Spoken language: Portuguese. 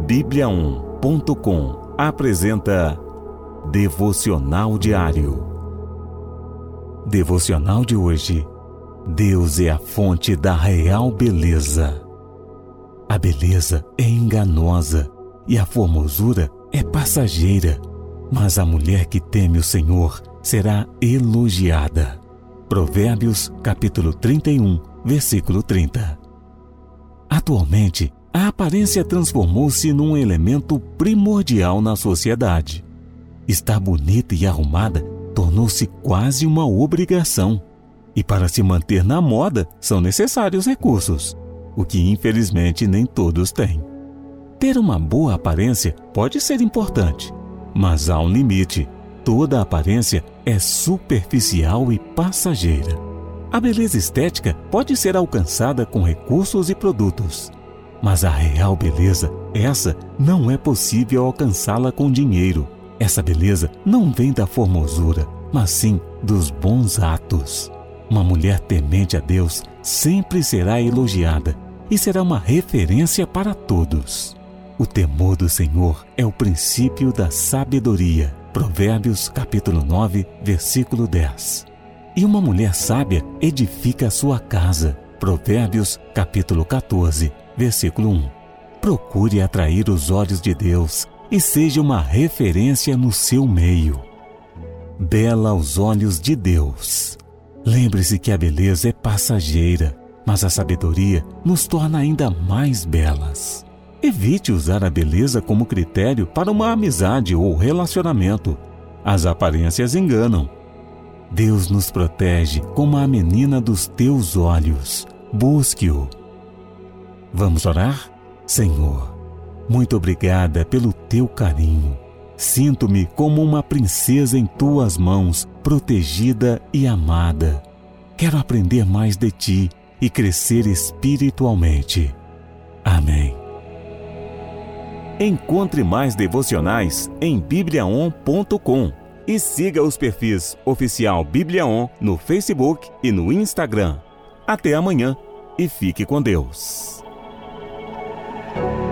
Bíblia1.com apresenta Devocional Diário. Devocional de hoje. Deus é a fonte da real beleza. A beleza é enganosa e a formosura é passageira, mas a mulher que teme o Senhor será elogiada. Provérbios, capítulo 31, versículo 30. Atualmente, a aparência transformou-se num elemento primordial na sociedade. Estar bonita e arrumada tornou-se quase uma obrigação. E para se manter na moda, são necessários recursos, o que infelizmente nem todos têm. Ter uma boa aparência pode ser importante, mas há um limite. Toda aparência é superficial e passageira. A beleza estética pode ser alcançada com recursos e produtos, mas a real beleza, essa não é possível alcançá-la com dinheiro. Essa beleza não vem da formosura, mas sim dos bons atos. Uma mulher temente a Deus sempre será elogiada e será uma referência para todos. O temor do Senhor é o princípio da sabedoria. Provérbios, capítulo 9, versículo 10. E uma mulher sábia edifica a sua casa. Provérbios, capítulo 14, versículo 1. Procure atrair os olhos de Deus e seja uma referência no seu meio. Bela aos olhos de Deus. Lembre-se que a beleza é passageira, mas a sabedoria nos torna ainda mais belas. Evite usar a beleza como critério para uma amizade ou relacionamento. As aparências enganam. Deus nos protege como a menina dos teus olhos. Busque-o. Vamos orar? Senhor, muito obrigada pelo teu carinho. Sinto-me como uma princesa em tuas mãos, protegida e amada. Quero aprender mais de ti e crescer espiritualmente. Amém. Encontre mais devocionais em Bíblia1.com e siga os perfis Oficial Bíblia1 no Facebook e no Instagram. Até amanhã e fique com Deus.